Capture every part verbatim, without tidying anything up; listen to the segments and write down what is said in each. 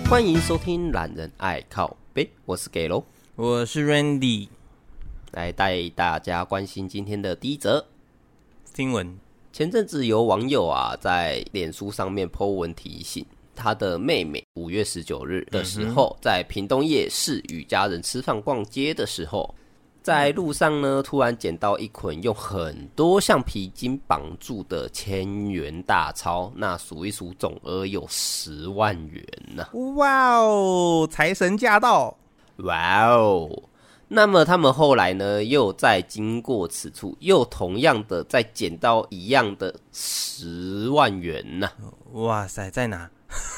欢迎收听懒人爱靠背，我是给喽， 我是 Randy， 来带大家关心今天的第一则新闻。 前阵子有网友啊在脸书上面 po 文提醒，他的妹妹五月十九日的时候，在屏东夜市与家人吃饭逛街的时候，在路上呢突然捡到一捆用很多橡皮筋绑住的千元大钞，那数一数总额有十万元呢、啊！ 哇哦，财神驾到！ 哇哦！那么他们后来呢，又再经过此处，又同样的再捡到一样的十万元呢、啊！ 哇塞，在哪？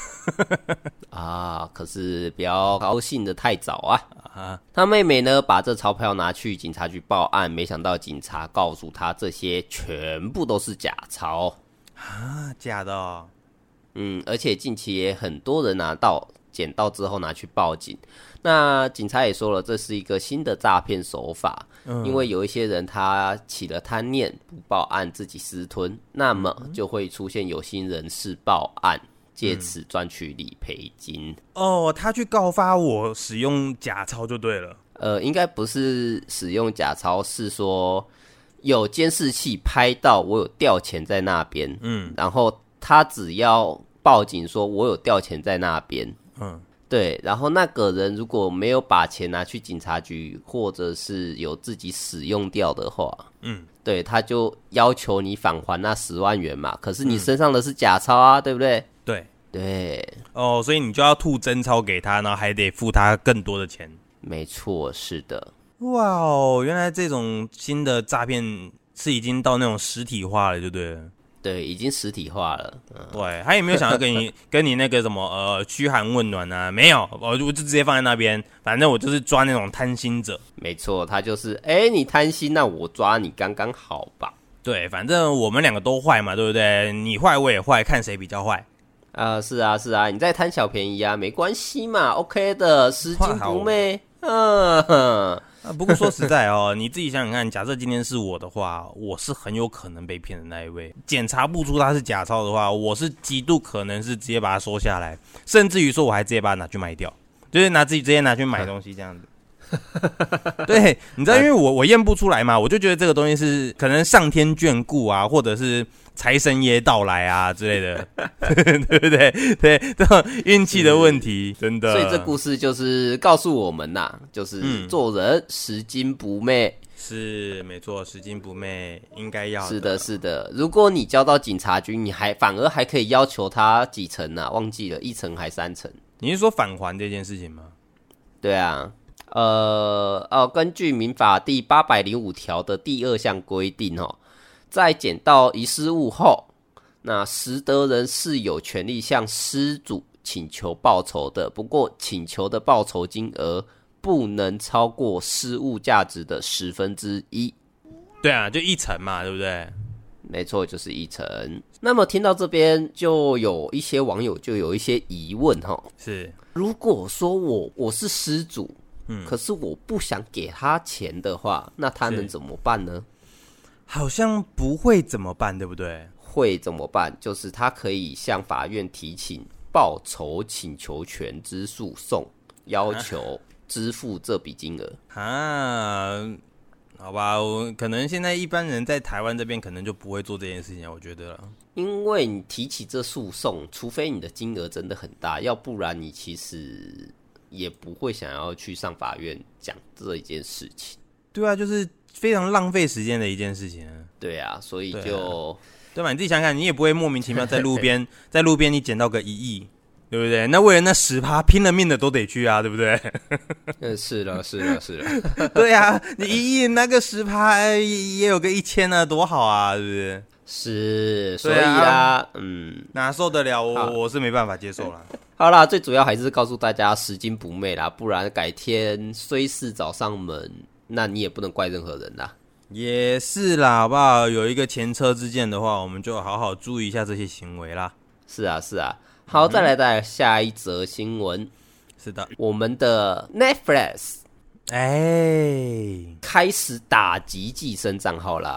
啊，可是不要高兴的太早啊！ 啊， 他妹妹呢，把这钞票拿去警察局报案，没想到警察告诉他，这些全部都是假钞啊，假的哦。 嗯，而且近期也很多人拿到捡到之后拿去报警。那警察也说了，这是一个新的诈骗手法、嗯，因为有一些人他起了贪念，不报案自己私吞，那么就会出现有心人士报案。借此赚取理赔金、 嗯、哦，他去告发我使用假钞就对了。 呃，应该不是使用假钞，是说有监视器拍到我有掉钱在那边，嗯，然后他只要报警说我有掉钱在那边，嗯，对，然后那个人如果没有把钱拿去警察局，或者是有自己使用掉的话，嗯，对，他就要求你返还那十万元嘛，可是你身上的是假钞啊，嗯、对不对？ 对对哦，所以你就要吐真钞给他，然后还得付他更多的钱。 没错，是的。 哇哦，原来这种新的诈骗是已经到那种实体化了，对不对？ 对，已经实体化了。嗯、 对，他有没有想要跟你跟你那个什么呃嘘寒问暖啊？没有，我就直接放在那边，反正我就是抓那种贪心者。 没错，他就是哎，你贪心，那我抓你刚刚好吧？ 对，反正我们两个都坏嘛，对不对？你坏我也坏，看谁比较坏。 啊、呃，是啊，是啊，你在贪小便宜啊，没关系嘛 ，OK 的，拾金不昧。嗯、啊， 不过说实在哦，你自己想想看，假设今天是我的话，我是很有可能被骗的那一位。检查不出它是假钞的话，我是极度可能是直接把它收下来，甚至于说我还直接把它拿去卖掉，就是拿自己直接拿去买东西这样子。对，你知道，因为我我验不出来嘛，我就觉得这个东西是可能上天眷顾啊，或者是财神爷到来啊之类的，对不对？对，这种运气的问题，真的。 所以这故事就是告诉我们呐、啊，就是做人拾金不昧。嗯、 是没错，拾金不昧应该要的。 是的，是的。如果你交到警察局，你还反而还可以要求他几成啊？忘记了，一成还三成？ 你是说返还这件事情吗？ 对啊。呃呃，根据民法第八百零五条的第二项规定哦，在捡到遗失物后，那拾得人是有权利向失主请求报酬的，不过请求的报酬金额不能超过失物价值的十分之一。 对啊，就一成嘛，对不对？ 没错，就是一成。那么听到这边，就有一些网友就有一些疑问哈， 是如果说我我是失主。嗯，可是我不想给他钱的话，那他能怎么办呢？ 好像不会怎么办，对不对？ 会怎么办？就是他可以向法院提请报酬请求权之诉讼，要求支付这笔金额啊。好吧，我可能现在一般人在台湾这边可能就不会做这件事情，我觉得了。 因为你提起这诉讼，除非你的金额真的很大，要不然你其实也不会想要去上法院讲这一件事情。 对啊，就是非常浪费时间的一件事情。 对啊，所以就对,、啊、对吧？你自己想想，你也不会莫名其妙在路边，在路边你捡到个一亿，对不对？那为了那十趴，拼了命的都得去啊，对不对？ 嗯，是了，是了，是了。 对啊，你一亿那个十趴也有个一千呢，多好啊，是不是？ 是，所以啊，嗯， 哪受得了我？我是没办法接受啦。 好啦，最主要还是告诉大家拾金不昧啦，不然改天虽事找上门，那你也不能怪任何人啦。 也是啦，好不好？有一个前车之鉴的话，我们就好好注意一下这些行为啦。 是啊，是啊。好，再来再来下一则新闻。 是的， 我们的 Netflix 哎， 开始打击寄生账号啦。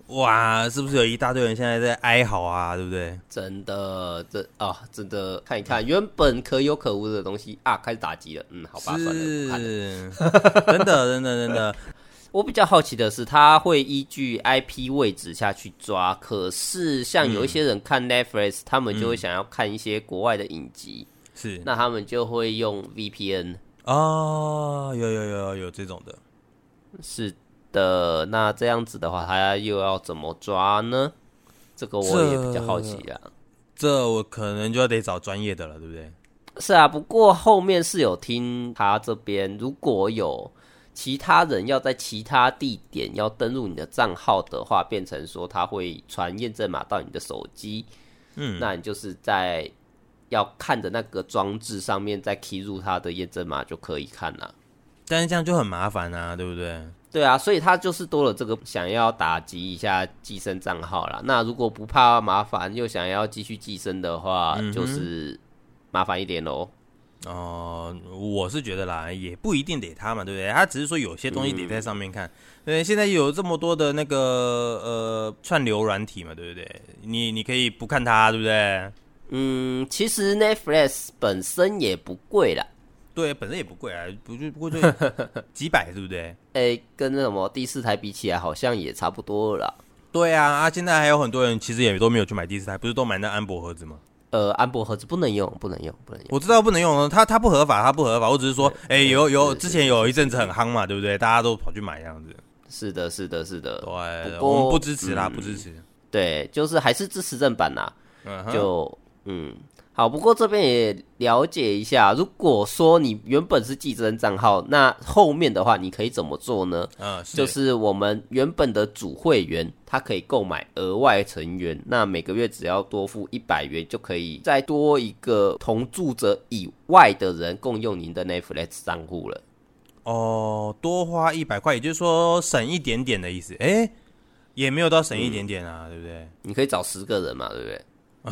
哇，是不是有一大堆人现在在哀嚎啊？对不对？ 真的，这啊、哦，真的看一看，原本可有可无的东西啊，开始打击了。嗯，好吧，算了， 是，真的，真的，真的。 我比较好奇的是，他会依据 I P 位置下去抓，可是像有一些人看 Netflix，、嗯、他们就会想要看一些国外的影集， 是、嗯， 那他们就会用 V P N。 哦，有有有有这种的， 是的。那这样子的话，他又要怎么抓呢？这个我也比较好奇啊。 这, 这我可能就得找专业的了，对不对？ 是啊，不过后面是有听他这边，如果有其他人要在其他地点要登录你的账号的话，变成说他会传验证码到你的手机，嗯，那你就是在要看的那个装置上面再 key 入他的验证码就可以看了。 但是这样就很麻烦啊，对不对？ 对啊，所以他就是多了这个想要打击一下寄生账号啦。那如果不怕麻烦又想要继续寄生的话，嗯、就是麻烦一点咯。 哦、呃，我是觉得啦，也不一定得他嘛，对不对？他只是说有些东西得在上面看。嗯、对，现在有这么多的那个呃串流软体嘛，对不对？你你可以不看它，对不对？ 嗯，其实 Netflix 本身也不贵啦。 对，本身也不贵啊，不就不过就几百，对不对？ 哎、欸，跟那什么第四台比起来，好像也差不多了啦。 对啊，啊，现在还有很多人其实也都没有去买第四台，不是都买那安博盒子吗？ 呃，安博盒子不能用，不能用，不能用。 我知道不能用，它它不合法，它不合法。我只是说，哎、欸，有有之前有一阵子很夯嘛，对不对？大家都跑去买这样子。 是的，是的，是的。 对，我们不支持啦，嗯、不支持。 对，就是还是支持正版啦。嗯、就嗯。好，不过这边也了解一下，如果说你原本是寄生账号，那后面的话你可以怎么做呢？嗯，是就是我们原本的主会员，他可以购买额外成员，那每个月只要多付一百元，就可以再多一个同住者以外的人共用您的 Netflix 账户了。 哦，多花一百块，也就是说省一点点的意思。哎，也没有到省一点点啊，嗯、对不对？ 你可以找十个人嘛，对不对？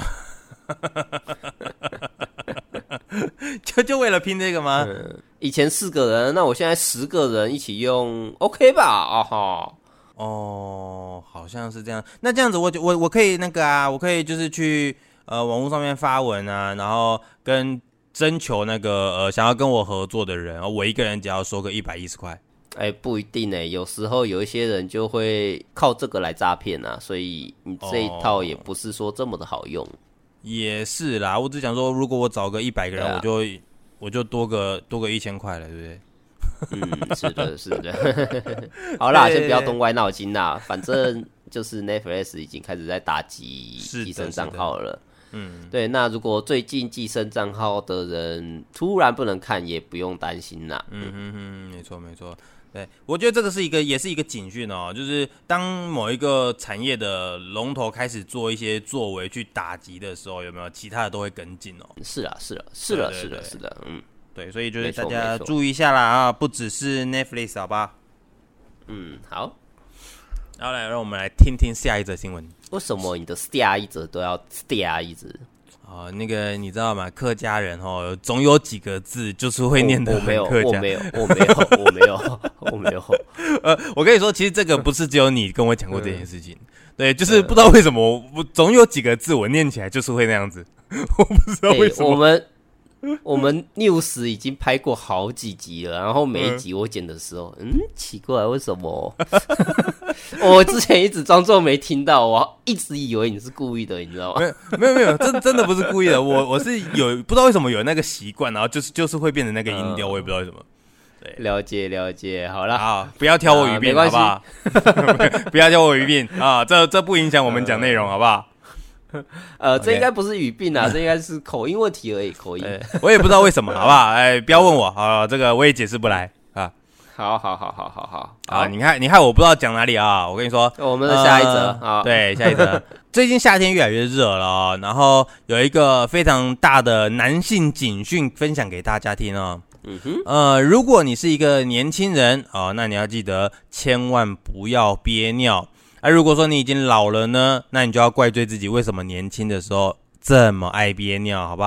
就就为了拼这个吗？ 嗯、以前四个人，那我现在十个人一起用 ，OK 吧？啊哈， 哦，好像是这样。那这样子我，我我我可以那个啊，我可以就是去呃网络上面发文啊，然后跟征求那个呃想要跟我合作的人，我一个人只要收个一百一十块。 哎、欸，不一定哎、欸，有时候有一些人就会靠这个来诈骗啊，所以你这一套也不是说这么的好用。哦、 也是啦，我只想说，如果我找个一百个人，啊、我就我就多个多个一千块了，对不对？ 嗯，是的，是的。好啦，先不要动歪脑筋啦，反正就是 Netflix 已经开始在打击寄生账号了。嗯，对。那如果最近寄生账号的人突然不能看，也不用担心啦。 嗯哼哼，没错没错。对，我觉得这个是一个，也是一个警讯哦，就是当某一个产业的龙头开始做一些作为去打击的时候，有没有其他的都会跟进哦？ 是啊，是啊，是的，是的，是的，嗯， 对，所以就是大家注意一下啦啊，不只是 Netflix 好吧？ 嗯，好， 然后来让我们来听听下一则新闻。 为什么你的下一则都要下一则？ 哦，那个你知道吗？客家人哦，总有几个字就是会念得很客家。 我没有，我没有，我没有，我没有。 呃，我跟你说，其实这个不是只有你跟我讲过这件事情。嗯、对，就是不知道为什么，我总有几个字我念起来就是会那样子，我不知道为什么。 欸、我们我们 News 已经拍过好几集了，然后每一集我剪的时候，嗯，嗯奇怪，为什么？我之前一直装作没听到，我一直以为你是故意的，你知道吗？ 没有没有没有，真真的不是故意的，我我是有不知道为什么有那个习惯，然后就是就是会变成那个音调，嗯、我也不知道为什么。对， 了解了解，好了， 好，不要挑我语病，好不好？不要挑我语病啊，这这不影响我们讲内容，好不好？ 呃， okay. 这应该不是语病啊，这应该是口音问题而已，口音。 我也不知道为什么，好不好？哎，不要问我，好，这个我也解释不来啊。 好好好好好好啊！你看，你看，我不知道讲哪里啊。我跟你说， 我们的下一则啊、呃， 对，下一则。最近夏天越来越热了哦，然后有一个非常大的男性警讯分享给大家听哦。嗯哼，呃，如果你是一个年轻人哦，那你要记得千万不要憋尿。那、啊、如果说你已经老了呢，那你就要怪罪自己为什么年轻的时候这么爱憋尿，好不好？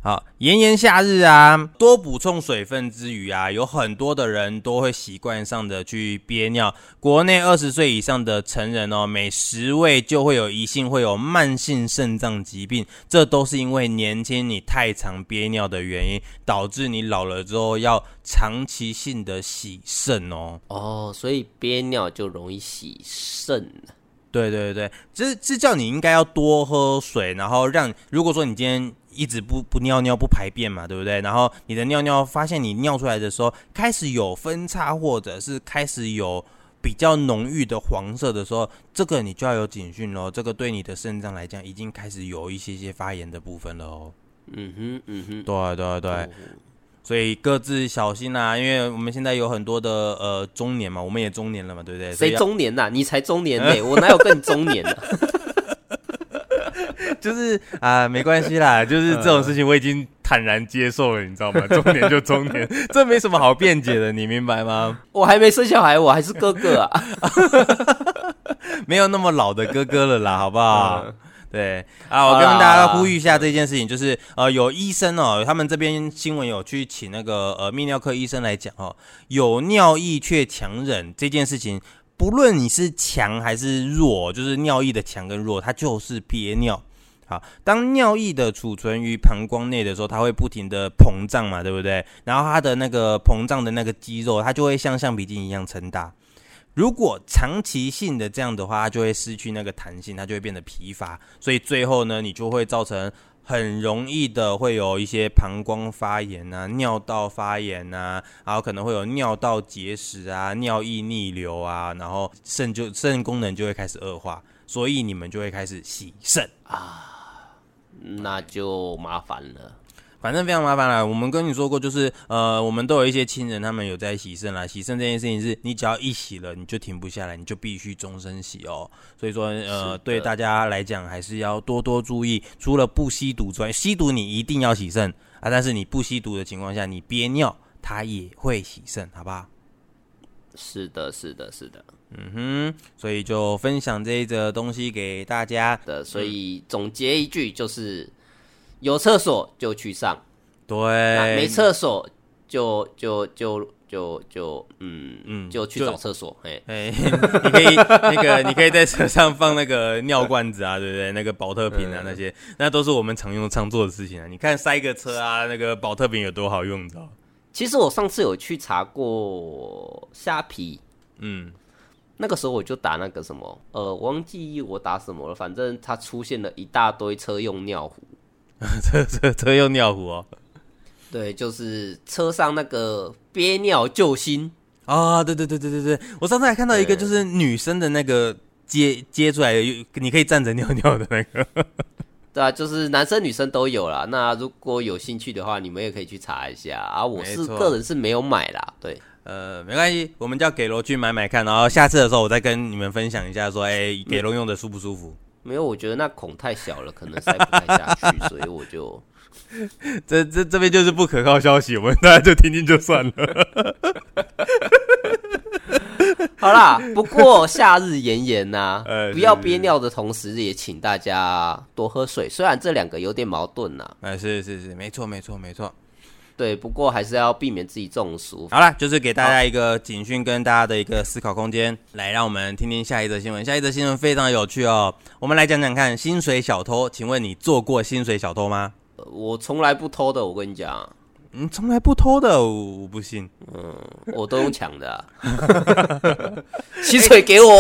好，炎炎夏日啊，多补充水分之余啊，有很多的人都会习惯上的去憋尿。国内二十岁以上的成人哦，每十位就会有一性会有慢性肾脏疾病，这都是因为年轻你太常憋尿的原因，导致你老了之后要长期性的洗肾哦。 哦，所以憋尿就容易洗肾。 对对对，这是叫你应该要多喝水，然后让如果说你今天一直不不尿尿不排便嘛，对不对？然后你的尿尿发现你尿出来的时候开始有分叉，或者是开始有比较浓郁的黄色的时候，这个你就要有警讯咯，这个对你的肾脏来讲已经开始有一些些发炎的部分了哦。 嗯哼嗯哼， 对对对。哦，所以各自小心啊，因为我们现在有很多的呃中年嘛，我们也中年了嘛，对不对？ 谁中年啊？你才中年嘞，我哪有跟你中年啊？ 就是啊、呃，没关系啦，就是这种事情我已经坦然接受了，你知道吗？中年就中年，这没什么好辩解的，你明白吗？ 我还没生小孩，我还是哥哥啊， 没有那么老的哥哥了啦，好不好？嗯，对啊，我跟大家呼吁一下这件事情，就是呃，有医生哦，他们这边新闻有去请那个呃泌尿科医生来讲哦，有尿意却强忍这件事情，不论你是强还是弱，就是尿意的强跟弱，它就是憋尿。好，当尿液的储存于膀胱内的时候，它会不停的膨胀嘛，对不对？然后它的那个膨胀的那个肌肉，它就会像橡皮筋一样撑大。如果长期性的这样的话，它就会失去那个弹性，它就会变得疲乏，所以最后呢，你就会造成很容易的会有一些膀胱发炎啊、尿道发炎啊，然后可能会有尿道结石啊、尿液逆流啊，然后肾就肾功能就会开始恶化，所以你们就会开始洗肾啊。那就麻烦了， 反正非常麻烦啦。我们跟你说过，就是呃，我们都有一些亲人，他们有在洗肾啦。洗肾这件事情是你只要一洗了，你就停不下来，你就必须终身洗哦。所以说，呃，对大家来讲，还是要多多注意。除了不吸毒之外，吸毒你一定要洗肾啊。但是你不吸毒的情况下，你憋尿，它也会洗肾，好不好？ 是的，是的，是的。 嗯哼，所以就分享这一则东西给大家的。所以总结一句就是：有厕所就去上， 对， 没厕所就就就就就嗯嗯就去找厕所。哎哎， 你可以那个你可以在车上放那个尿罐子啊，对不对？那个保特瓶啊，那些那都是我们常用常做的事情啊。你看塞个车啊，那个保特瓶有多好用，你知道？ 其实我上次有去查过虾皮，嗯。那个时候我就打那个什么，呃，忘记我打什么了，反正它出现了一大堆车用尿壶， 车车车用尿壶哦， 对，就是车上那个憋尿救星啊，对对对对对对，我上次还看到一个就是女生的那个接接出来，你可以站着尿尿的那个， 对啊，就是男生女生都有啦。那如果有兴趣的话，你们也可以去查一下啊。我是个人是没有买啦，对。 呃，没关系，我们叫给罗去买买看，然后下次的时候我再跟你们分享一下，说，哎、欸，给罗用的舒不舒服？ 没有，我觉得那孔太小了，可能塞不太下去，所以我就这这这边就是不可靠消息，我们大家就听听就算了。 好啦，不过夏日炎炎呐、啊呃，不要憋尿的同时，也请大家多喝水。虽然这两个有点矛盾呐、啊， 哎、呃，是是是，没错没错没错。 对，不过还是要避免自己中暑。 好啦，就是给大家一个警讯跟大家的一个思考空间，来让我们听听下一则新闻。下一则新闻非常有趣哦，我们来讲讲看薪水小偷。请问你做过薪水小偷吗？ 呃、我从来不偷的，我跟你讲。 你从来不偷的，我不信。 嗯，我都用抢的、啊。薪水给我。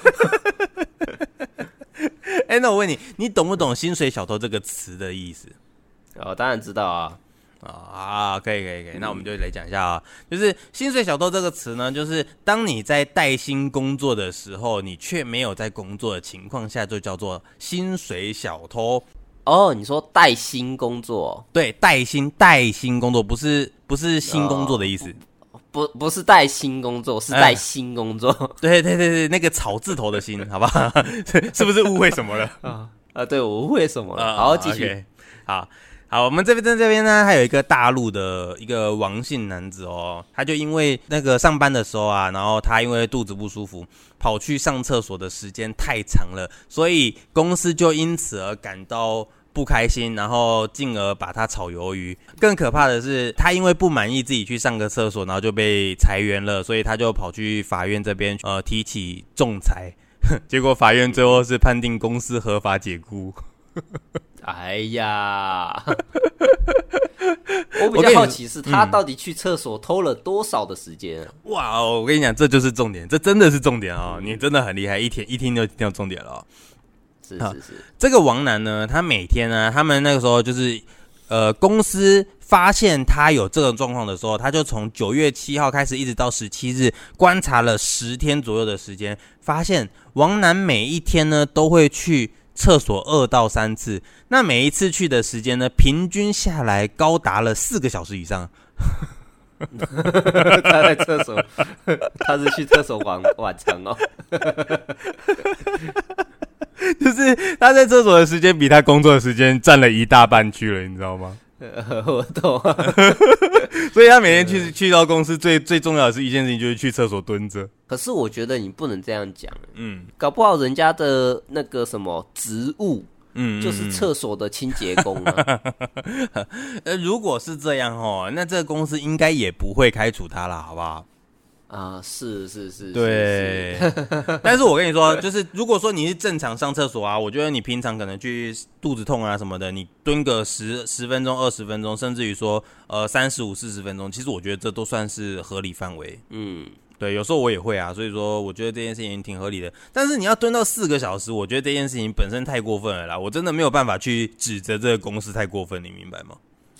哎、欸，那我问你，你懂不懂薪水小偷这个词的意思？ 哦，当然知道啊。 啊，可以可以可以，那我们就来讲一下啊，就是薪水小偷这个词呢，就是当你在带薪工作的时候，你却没有在工作的情况下，就叫做薪水小偷。 哦，你说带薪工作？ 对，带薪带薪工作，不是不是新工作的意思。 哦、不不是带薪工作，是带薪工作。 嗯、对对对对，那个草字头的薪，好不好？是不是误会什么了？ 啊啊，对，我误会什么了？啊、好，继续。 Okay, 好。好，我们这边在这边呢，还有一个大陆的一个王姓男子哦，他就因为那个上班的时候啊，然后他因为肚子不舒服，跑去上厕所的时间太长了，所以公司就因此而感到不开心，然后进而把他炒鱿鱼。更可怕的是，他因为不满意自己去上个厕所，然后就被裁员了，所以他就跑去法院这边呃提起仲裁，结果法院最后是判定公司合法解雇。 哎呀，我比较好奇是他到底去厕所偷了多少的时间、啊嗯？哇，我跟你讲，这就是重点，这真的是重点哦！你真的很厉害，一听一听就听到重点了、哦。 是是是， 这个王楠呢，他每天呢，他们那个时候就是，呃，公司发现他有这种状况的时候，他就从九月七号开始，一直到十七日，观察了十天左右的时间，发现王楠每一天呢都会去厕所二到三次，那每一次去的时间呢，平均下来高达了四个小时以上。 他在厕所，他是去厕所玩晚餐哦。 就是他在厕所的时间比他工作的时间占了一大半去了，你知道吗？ 我懂、啊， 所以他每天去去到公司最最重要的是一件事情，就是去厕所蹲着。 可是我觉得你不能这样讲，嗯，搞不好人家的那个什么职务，嗯，就是厕所的清洁工啊。 呃，如果是这样哦，那这个公司应该也不会开除他了，好不好？ 啊，是是是， 对。是是但是我跟你说，就是如果说你是正常上厕所啊，我觉得你平常可能去肚子痛啊什么的，你蹲个十十分钟、二十分钟，甚至于说呃三十五、四十分钟，其实我觉得这都算是合理范围。嗯，对，有时候我也会啊，所以说我觉得这件事情挺合理的。但是你要蹲到四个小时，我觉得这件事情本身太过分了啦，我真的没有办法去指责这个公司太过分，你明白吗？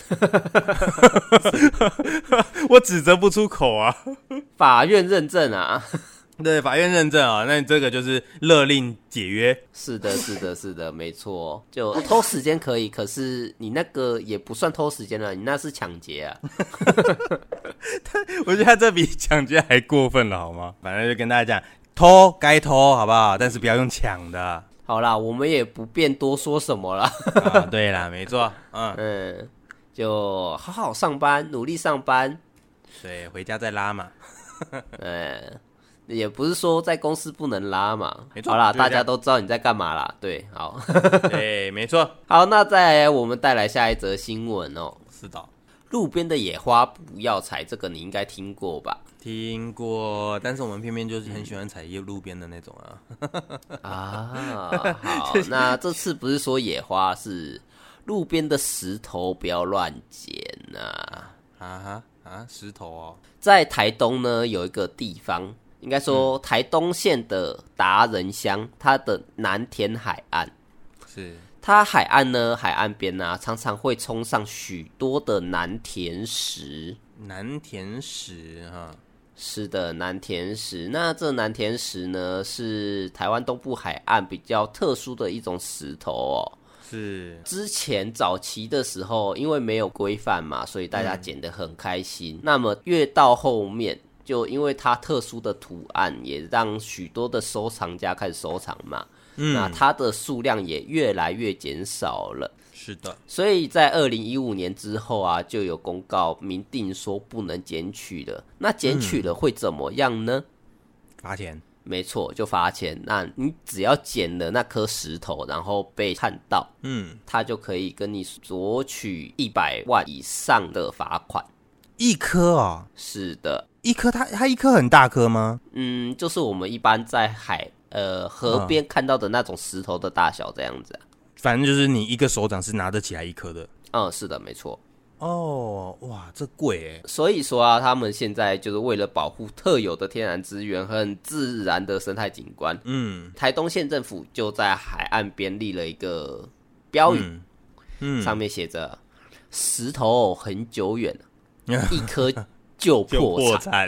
我指责不出口啊。 法院认证啊， 对，法院认证啊，那这个就是勒令解约。 是的，是的，是的，没错。就偷时间可以，可是你那个也不算偷时间了，你那是抢劫啊。 我觉得他这比抢劫还过分了，好吗？反正就跟大家讲，偷该偷，好不好？但是不要用抢的。 好啦，我们也不便多说什么啦。 啊，对啦，没错，嗯嗯。就好好上班，努力上班， 对，回家再拉嘛。 嗯，也不是说在公司不能拉嘛。好啦，大家都知道你在干嘛啦。对，好， 对，没错。 好，那再来我们带来下一则新闻哦。 是的， 路边的野花不要采，这个你应该听过吧？ 听过，但是我们偏偏就是很喜欢采路边的那种啊。啊，好，那这次不是说野花，是路边的石头不要乱捡呐！ 啊哈啊，石头哦， 在台东呢有一个地方，应该说台东县的达人乡，它的南田海岸， 是它海岸呢，海岸边啊，常常会冲上许多的南田石。 南田石哈， 是的，南田石。那这南田石呢，是台湾东部海岸比较特殊的一种石头哦。 是之前早期的时候，因为没有规范嘛，所以大家捡得很开心。嗯、那么越到后面，就因为它特殊的图案，也让许多的收藏家开始收藏嘛。嗯，那它的数量也越来越减少了。 是的， 所以在二零一五年之后啊，就有公告明定说不能捡取了。那捡取了会怎么样呢？ 罚钱。 没错，就罚钱。那你只要捡了那颗石头，然后被看到，嗯，他就可以跟你索取一百万以上的罚款。 一颗啊？ 是的， 一颗。它它一颗很大颗吗？ 嗯，就是我们一般在海呃河边看到的那种石头的大小这样子啊。 反正就是你一个手掌是拿得起来一颗的。 嗯，是的，没错。 哦，哇，这贵耶！ 所以说啊，他们现在就是为了保护特有的天然资源和很自然的生态景观，嗯，台东县政府就在海岸边立了一个标语，嗯，嗯上面写着“石头很久远，一颗就破产”。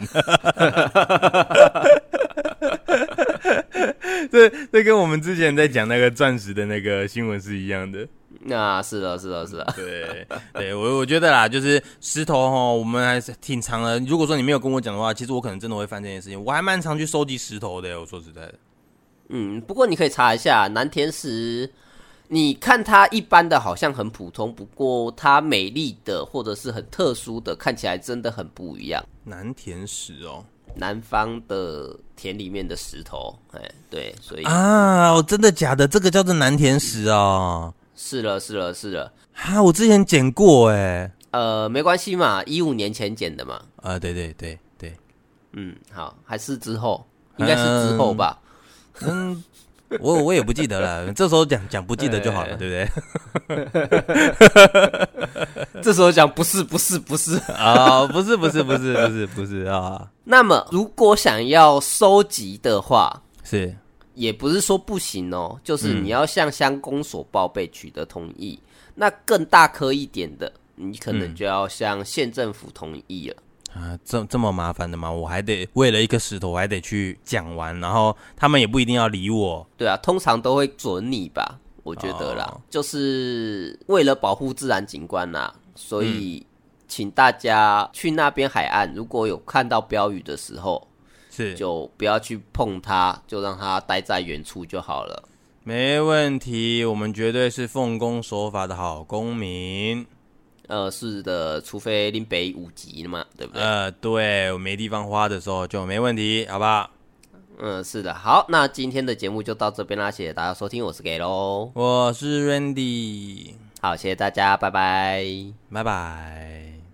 这这跟我们之前在讲那个钻石的那个新闻是一样的。 那是的，是的，是的， 对对，我我觉得啦，就是石头齁，我们还是挺常的。如果说你没有跟我讲的话，其实我可能真的会犯这件事情。我还蛮常去收集石头的，我说实在的。 嗯，不过你可以查一下南田石，你看它一般的好像很普通，不过它美丽的或者是很特殊的，看起来真的很不一样。 南田石哦。 南方的田里面的石头，哎，对，所以啊，真的假的？这个叫做南田石哦。 是了，是了，是了。 哈，我之前捡过哎。 呃，没关系嘛，一五年前捡的嘛。 啊，对对对对。 嗯，好，还是之后，应该是之后吧。 嗯，嗯我我也不记得了，这时候讲讲不记得就好了，对不对？这时候讲不是不是不是啊、哦，不是不是不是不是不是啊。 那么如果想要收集的话， 是也不是说不行哦，就是你要向乡公所报备取得同意。嗯、那更大颗一点的，你可能就要向县政府同意了。 啊，这这么麻烦的吗？我还得为了一个石头，我还得去讲完，然后他们也不一定要理我。 对啊，通常都会准你吧，我觉得啦，哦、就是为了保护自然景观啦，所以请大家去那边海岸，如果有看到标语的时候， 是就不要去碰它，就让它待在原处就好了。 没问题，我们绝对是奉公守法的好公民。 呃，是的，除非林北五级了嘛，对不对？ 呃，对，我没地方花的时候就没问题，好不好？ 嗯，是的，好，那今天的节目就到这边啦，谢谢大家收听，我是 Gay 咯， 我是 Randy， 好，谢谢大家，拜拜， 拜拜。